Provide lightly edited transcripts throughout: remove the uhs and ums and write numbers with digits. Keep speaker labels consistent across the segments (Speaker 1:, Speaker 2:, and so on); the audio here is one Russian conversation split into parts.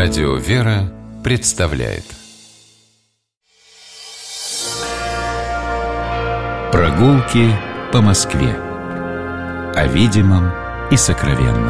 Speaker 1: Радио «Вера» представляет Прогулки по Москве. О видимом и сокровенном.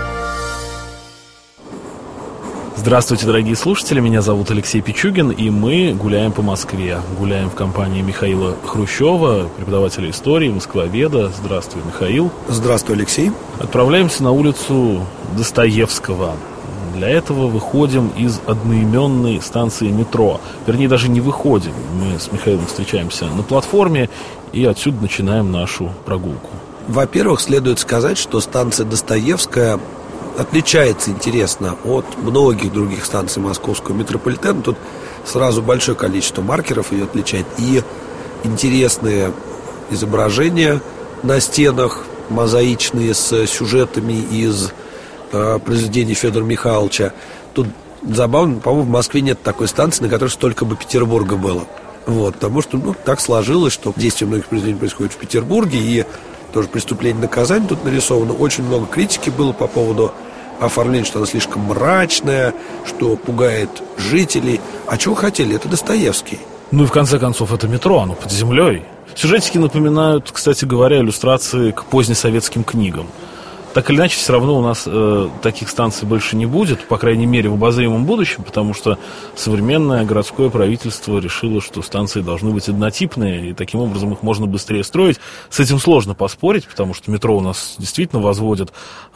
Speaker 2: Здравствуйте, дорогие слушатели, меня зовут Алексей Пичугин, и мы гуляем по Москве. Гуляем в компании Михаила Хрущева, преподавателя истории, москвоведа. Здравствуй, Михаил.
Speaker 3: Здравствуй, Алексей.
Speaker 2: Отправляемся на улицу Достоевского. Для этого выходим из одноименной станции метро. Вернее, даже не выходим. Мы с Михаилом встречаемся на платформе и отсюда начинаем нашу прогулку.
Speaker 3: Во-первых, следует сказать, что станция Достоевская отличается интересно от многих других станций московского метрополитена. Тут сразу большое количество маркеров ее отличает. И интересные изображения на стенах, мозаичные, с сюжетами из произведений Федора Михайловича. Тут забавно, по-моему, в Москве нет такой станции, на которой столько бы Петербурга было. Вот, потому что, так сложилось, что действие многих произведений происходит в Петербурге, и тоже «Преступление и наказание» тут нарисовано. Очень много критики было по поводу оформления, что она слишком мрачная, что пугает жителей. А чего хотели? Это Достоевский.
Speaker 2: Ну и в конце концов, это метро, оно под землей. Сюжетики напоминают, кстати говоря, иллюстрации к позднесоветским книгам. Так или иначе, все равно у нас таких станций больше не будет, по крайней мере, в обозримом будущем, потому что современное городское правительство решило, что станции должны быть однотипные, и таким образом их можно быстрее строить. С этим сложно поспорить, потому что метро у нас действительно возводят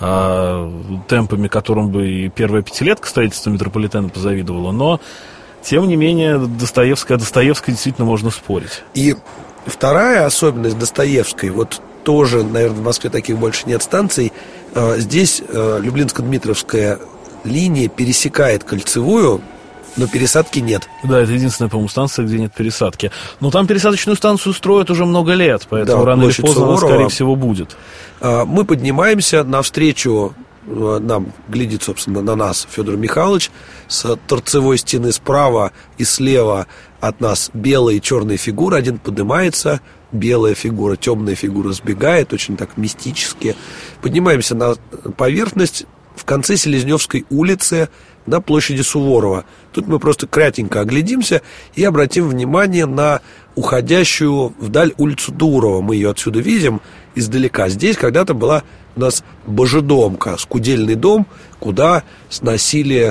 Speaker 2: темпами, которым бы и первая пятилетка строительства метрополитена позавидовала, но, тем не менее, Достоевская действительно можно спорить.
Speaker 3: И вторая особенность Достоевской, вот тоже, наверное, в Москве таких больше нет станций. Здесь Люблинско-Дмитровская линия пересекает Кольцевую, но пересадки нет.
Speaker 2: Да, это единственная, по-моему, станция, где нет пересадки. Но там пересадочную станцию строят уже много лет, поэтому рано или поздно она, скорее всего, будет.
Speaker 3: Мы поднимаемся навстречу, нам глядит, собственно, на нас Федор Михайлович. С торцевой стены справа и слева от нас белые и черные фигуры. Один поднимается, белая фигура, темная фигура сбегает, очень так мистически. Поднимаемся на поверхность в конце Селезневской улицы на площади Суворова. Тут мы просто кратенько оглядимся и обратим внимание на уходящую вдаль улицу Дурова. Мы ее отсюда видим издалека. Здесь когда-то была у нас божедомка, скудельный дом, куда сносили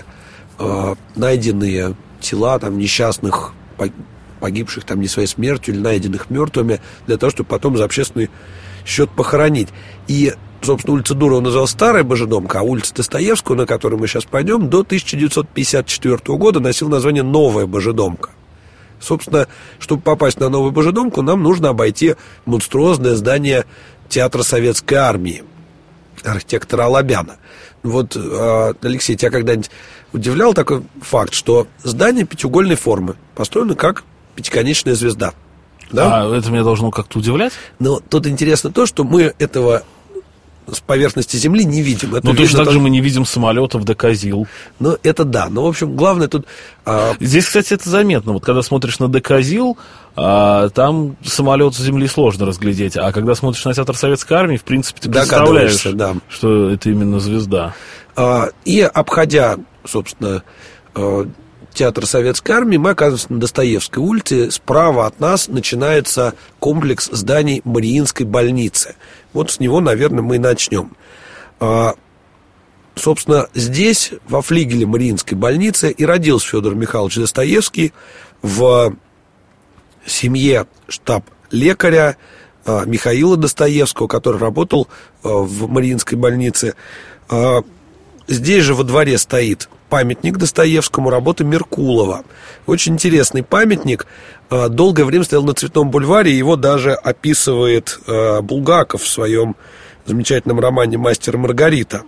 Speaker 3: найденные тела там несчастных, погибших там не своей смертью или найденных мертвыми, для того, чтобы потом за общественный счет похоронить. И, собственно, улица Дурова называлась Старая Божедомка, а улица Достоевского, на которую мы сейчас пойдем, до 1954 года носила название Новая Божедомка. Собственно, чтобы попасть на Новую Божедомку, нам нужно обойти монструозное здание Театра Советской Армии архитектора Алабяна. Вот, Алексей, тебя когда-нибудь удивлял такой факт, что здание пятиугольной формы построено как пятиконечная звезда? Да?
Speaker 2: А это меня должно как-то удивлять?
Speaker 3: Но тут интересно то, что мы этого с поверхности Земли не видим. Это
Speaker 2: точно так же мы не видим самолетов ДК-ЗИЛ.
Speaker 3: Ну, это да. Но, в общем, главное тут...
Speaker 2: Здесь, кстати, это заметно. Вот когда смотришь на ДК-ЗИЛ, там самолет с Земли сложно разглядеть. А когда смотришь на Театр Советской Армии, в принципе, ты представляешь, да, что это именно звезда.
Speaker 3: И, обходя, собственно, Театр Советской Армии, мы оказываемся на Достоевской улице. Справа от нас начинается комплекс зданий Мариинской больницы. Вот с него, наверное, мы и начнем. Собственно, здесь, во флигеле Мариинской больницы, и родился Федор Михайлович Достоевский в семье штаб-лекаря Михаила Достоевского, который работал в Мариинской больнице. Здесь же во дворе стоит памятник Достоевскому, работы Меркулова. Очень интересный памятник. Долгое время стоял на Цветном бульваре. Его даже описывает Булгаков в своем замечательном романе «Мастер и Маргарита».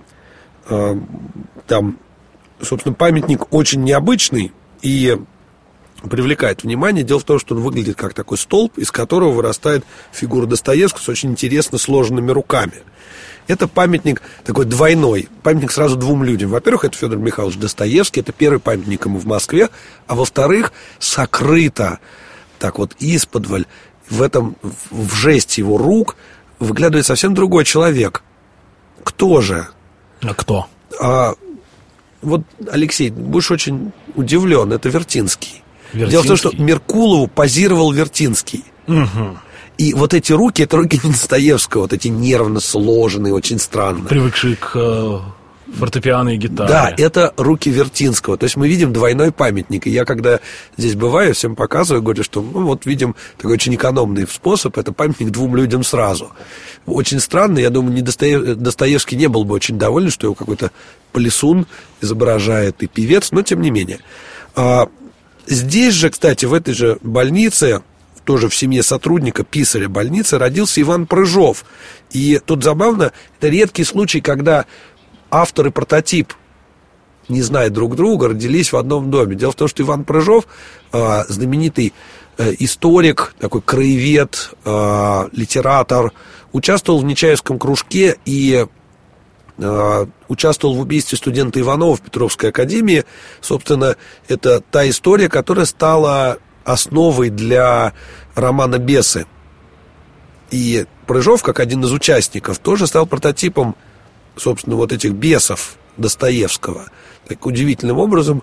Speaker 3: Там, собственно, памятник очень необычный и привлекает внимание. Дело в том, что он выглядит как такой столб, из которого вырастает фигура Достоевского с очень интересно сложенными руками. Это памятник такой двойной, памятник сразу двум людям. Во-первых, это Федор Михайлович Достоевский, это первый памятник ему в Москве. А во-вторых, сокрыто так вот исподволь, в жесте его рук выглядывает совсем другой человек. Кто же?
Speaker 2: А кто?
Speaker 3: вот, Алексей, будешь очень удивлен, это Вертинский.
Speaker 2: Вертинский?
Speaker 3: Дело в том, что Меркулову позировал Вертинский.
Speaker 2: Угу.
Speaker 3: И вот эти руки, это руки Достоевского, вот эти нервно сложенные, очень странные.
Speaker 2: Привыкшие к фортепиано и гитаре.
Speaker 3: Да, это руки Вертинского. То есть мы видим двойной памятник. И я, когда здесь бываю, всем показываю, говорю, что вот видим такой очень экономный способ. Это памятник двум людям сразу. Очень странно. Я думаю, Достоевский не был бы очень доволен, что его какой-то плясун изображает и певец, но тем не менее. Здесь же, кстати, в этой же больнице, тоже в семье сотрудника, писаря больницы, родился Иван Прыжов. И тут забавно, это редкий случай, когда автор и прототип, не зная друг друга, родились в одном доме. Дело в том, что Иван Прыжов, знаменитый историк, такой краевед, литератор, участвовал в Нечаевском кружке и участвовал в убийстве студента Иванова в Петровской академии. Собственно, это та история, которая стала основой для романа «Бесы». И Прыжов, как один из участников, тоже стал прототипом, собственно, вот этих бесов Достоевского. Так удивительным образом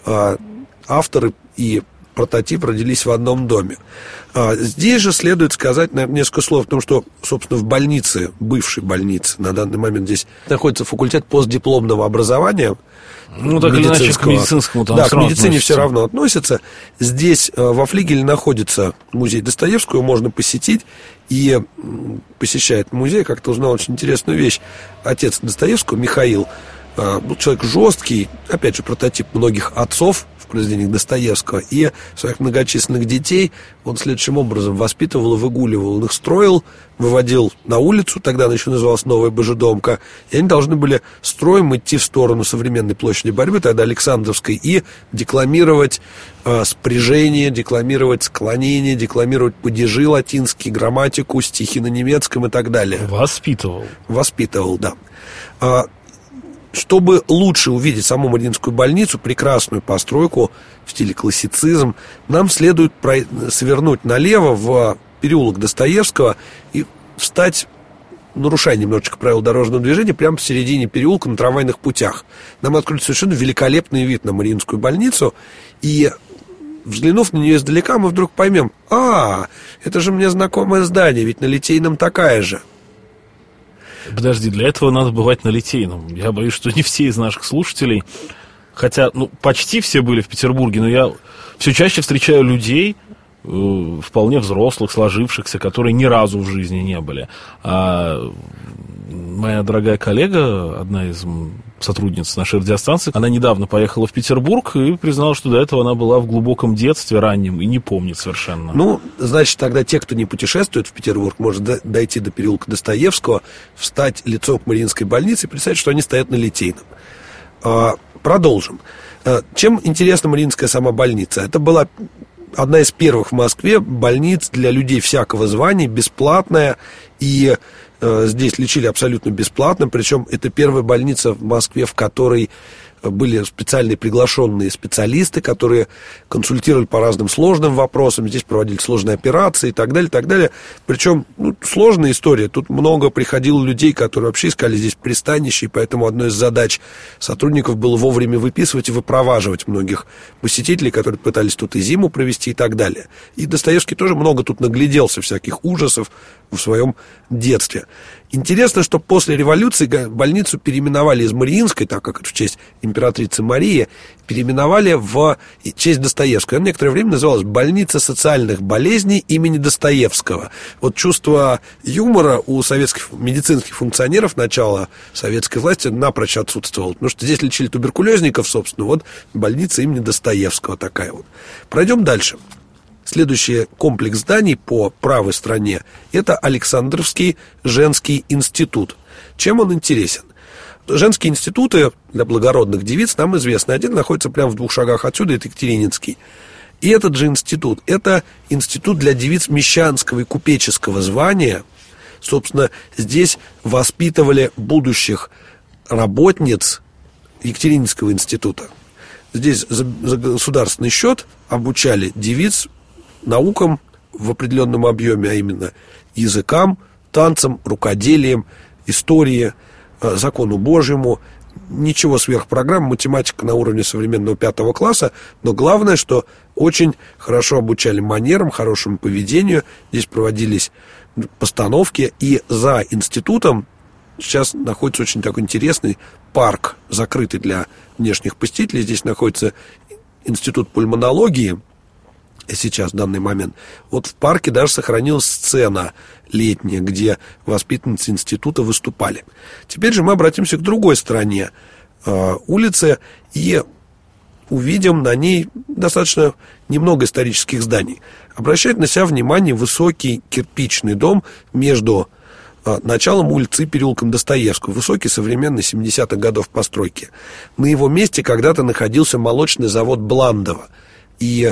Speaker 3: авторы и прототип родились в одном доме. Здесь же следует сказать, наверное, несколько слов о том, что, собственно, в больнице, бывшей больнице, на данный момент здесь находится факультет постдипломного образования.
Speaker 2: Ну, так или иначе, к медицинскому там.
Speaker 3: Да, к медицине все равно относится. Здесь во флигеле находится музей Достоевского, можно посетить. И посещает музей, как-то узнал очень интересную вещь. Отец Достоевского, Михаил, был человек жесткий, опять же, прототип многих отцов в произведениях Достоевского. И своих многочисленных детей он следующим образом воспитывал и выгуливал. Он их строил, выводил на улицу, тогда она еще называлась Новая Божедомка, и они должны были строем идти в сторону современной площади Борьбы, тогда Александровской, и декламировать спряжение, декламировать склонение, декламировать падежи латинские, грамматику, стихи на немецком и так далее. Воспитывал, да. Чтобы лучше увидеть саму Мариинскую больницу, прекрасную постройку в стиле классицизм, нам следует свернуть налево в переулок Достоевского и встать, нарушая немножечко правила дорожного движения, прямо посередине переулка на трамвайных путях. Нам откроется совершенно великолепный вид на Мариинскую больницу, и, взглянув на нее издалека, мы вдруг поймем: это же мне знакомое здание, ведь на Литейном такая же.
Speaker 2: Подожди, для этого надо бывать на Литейном. Я боюсь, что не все из наших слушателей, хотя, почти все были в Петербурге, но я все чаще встречаю людей, вполне взрослых, сложившихся, которые ни разу в жизни не были. А моя дорогая коллега, одна из сотрудниц нашей радиостанции, она недавно поехала в Петербург и признала, что до этого она была в глубоком детстве раннем и не помнит совершенно.
Speaker 3: Значит, тогда те, кто не путешествует в Петербург, может дойти до переулка Достоевского, встать лицом к Мариинской больнице и представить, что они стоят на Литейном. Продолжим. Чем интересна Мариинская сама больница? Это была одна из первых в Москве больниц для людей всякого звания, бесплатная, и здесь лечили абсолютно бесплатно, причем это первая больница в Москве, в которой были специальные приглашенные специалисты, которые консультировали по разным сложным вопросам, здесь проводили сложные операции и так далее, так далее. Причем, сложная история, тут много приходило людей, которые вообще искали здесь пристанище, и поэтому одной из задач сотрудников было вовремя выписывать и выпроваживать многих посетителей, которые пытались тут и зиму провести и так далее. И Достоевский тоже много тут нагляделся всяких ужасов в своем детстве. Интересно, что после революции больницу переименовали из Мариинской, так как это в честь императрицы Марии, переименовали в честь Достоевского. Она некоторое время называлась «Больница социальных болезней имени Достоевского». Вот чувство юмора у советских медицинских функционеров начала советской власти напрочь отсутствовало, потому что здесь лечили туберкулезников, собственно, вот больница имени Достоевского такая вот. Пройдем дальше. Следующий комплекс зданий по правой стороне – это Александровский женский институт. Чем он интересен? Женские институты для благородных девиц нам известны. Один находится прямо в 2 шагах отсюда, это Екатерининский. И этот же институт – это институт для девиц мещанского и купеческого звания. Собственно, здесь воспитывали будущих работниц Екатерининского института. Здесь за государственный счет обучали девиц наукам в определенном объеме, а именно языкам, танцам, рукоделием, истории, закону Божьему, ничего сверхпрограмм, математика на уровне современного 5 класса, но главное, что очень хорошо обучали манерам, хорошему поведению. Здесь проводились постановки, и за институтом сейчас находится очень такой интересный парк, закрытый для внешних посетителей. Здесь находится институт пульмонологии. Сейчас, в данный момент. Вот в парке даже сохранилась сцена летняя, где воспитанницы института выступали. Теперь же мы обратимся к другой стороне улицы и увидим на ней достаточно немного исторических зданий. Обращает на себя внимание высокий кирпичный дом между началом улицы и переулком Достоевского. Высокий, современный, 70-х годов постройки. На его месте когда-то находился молочный завод Бландова. И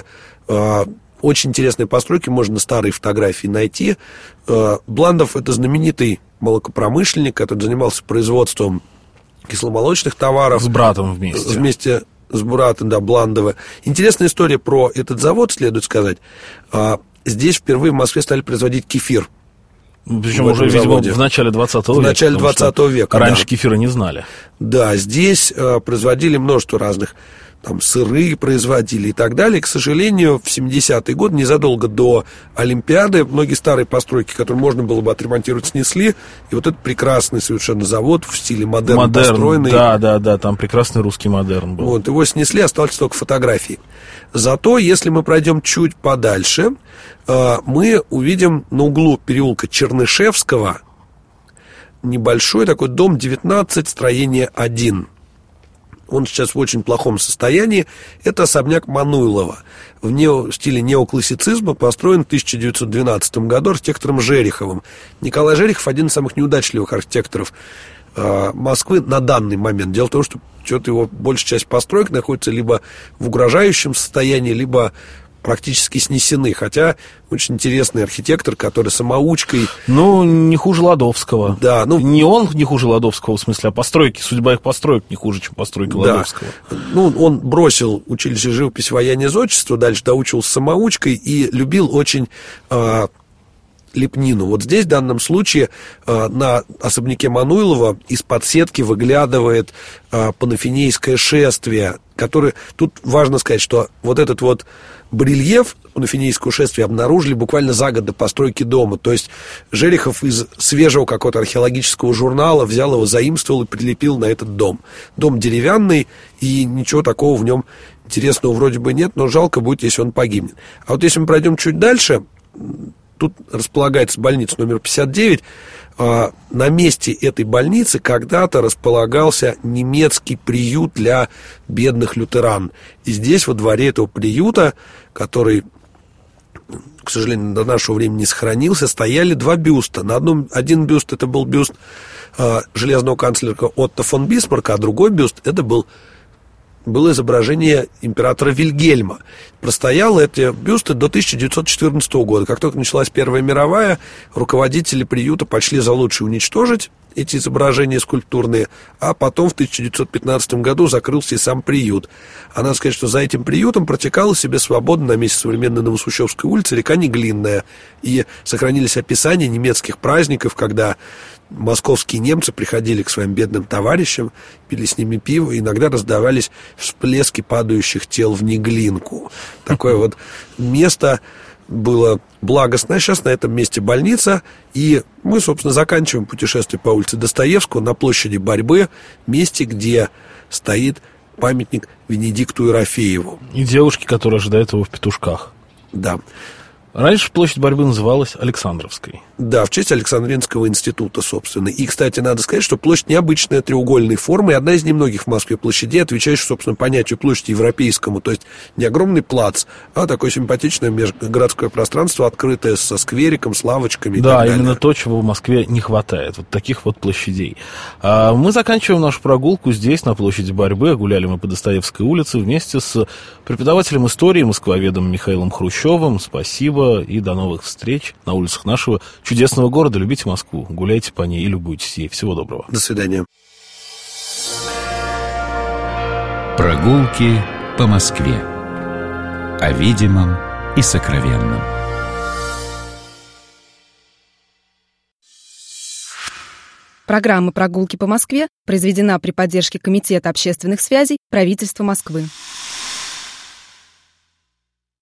Speaker 3: очень интересные постройки можно на старые фотографии найти. Бландов — это знаменитый молокопромышленник, который занимался производством кисломолочных товаров.
Speaker 2: С братом вместе.
Speaker 3: Вместе с братом, да, Бландова. Интересная история про этот завод, следует сказать. Здесь впервые в Москве стали производить кефир.
Speaker 2: Причем уже, видимо, заводе. В начале 20 века.
Speaker 3: В начале 20 века,
Speaker 2: раньше кефира не знали.
Speaker 3: Да, здесь производили множество разных, там, сыры производили и так далее. К сожалению, в 70-е годы, незадолго до Олимпиады, многие старые постройки, которые можно было бы отремонтировать, снесли. И вот этот прекрасный совершенно завод в стиле модерн построенный.
Speaker 2: Да, там прекрасный русский модерн был.
Speaker 3: Вот, его снесли, остались только фотографии. Зато, если мы пройдем чуть подальше, мы увидим на углу переулка Чернышевского небольшой такой дом 19, строение 1. Он сейчас в очень плохом состоянии. Это особняк Мануйлова. В стиле неоклассицизма, построен в 1912 году архитектором Жериховым. Николай Жерихов — один из самых неудачливых архитекторов Москвы на данный момент. Дело в том, что что-то его большая часть построек находится либо в угрожающем состоянии, либо практически снесены. Хотя очень интересный архитектор, который самоучкой...
Speaker 2: Ну, не хуже Ладовского.
Speaker 3: Да,
Speaker 2: не он не хуже Ладовского, в смысле, а постройки. Судьба их построек не хуже, чем постройка Ладовского.
Speaker 3: Он бросил училище живописи, вояния, зодчества, дальше доучивался самоучкой и любил очень... лепнину. Вот здесь, в данном случае, на особняке Мануйлова из-под сетки выглядывает панафинейское шествие, которое... Тут важно сказать, что вот этот вот барельеф панафинейского шествия обнаружили буквально за год до постройки дома. То есть Жерихов из свежего какого-то археологического журнала взял его, заимствовал и прилепил на этот дом. Дом деревянный, и ничего такого в нем интересного вроде бы нет, но жалко будет, если он погибнет. А вот если мы пройдем чуть дальше... Тут располагается больница номер 59. На месте этой больницы когда-то располагался немецкий приют для бедных лютеран. И здесь, во дворе этого приюта, который, к сожалению, до нашего времени не сохранился, стояли два бюста. Один бюст — это был бюст железного канцлера Отто фон Бисмарка, а другой бюст — это было изображение императора Вильгельма. Простояло эти бюсты до 1914 года. Как только началась Первая мировая, руководители приюта почли за лучшее уничтожить эти изображения скульптурные, а потом в 1915 году закрылся и сам приют. А надо сказать, что за этим приютом протекала себе свободно на месте современной Новосущевской улицы река Неглинная. И сохранились описания немецких праздников, когда московские немцы приходили к своим бедным товарищам, пили с ними пиво, и иногда раздавались всплески падающих тел в Неглинку. Такое вот место было благостное. Сейчас на этом месте больница, и мы, собственно, заканчиваем путешествие по улице Достоевского на площади Борьбы, месте, где стоит памятник Венедикту Ерофееву.
Speaker 2: И девушке, которая ожидает его в Петушках.
Speaker 3: Да.
Speaker 2: Раньше площадь Борьбы называлась Александровской.
Speaker 3: Да, в честь Александринского института, собственно. И, кстати, надо сказать, что площадь необычная, треугольной формы, и одна из немногих в Москве площадей, отвечающих, собственно, понятию площади европейскому. То есть не огромный плац, а такое симпатичное межгородское пространство, открытое со сквериком, с лавочками и так далее. Да,
Speaker 2: именно то, чего в Москве не хватает. Вот таких вот площадей. Мы заканчиваем нашу прогулку здесь, на площади Борьбы. Гуляли мы по Достоевской улице вместе с преподавателем истории, москвоведом Михаилом Хрущевым. Спасибо и до новых встреч на улицах нашего чудесного города. Любите Москву, гуляйте по ней и любуйтесь ей. Всего доброго.
Speaker 3: До свидания.
Speaker 1: Прогулки по Москве. О видимом и сокровенном.
Speaker 4: Программа «Прогулки по Москве» произведена при поддержке Комитета общественных связей правительства Москвы.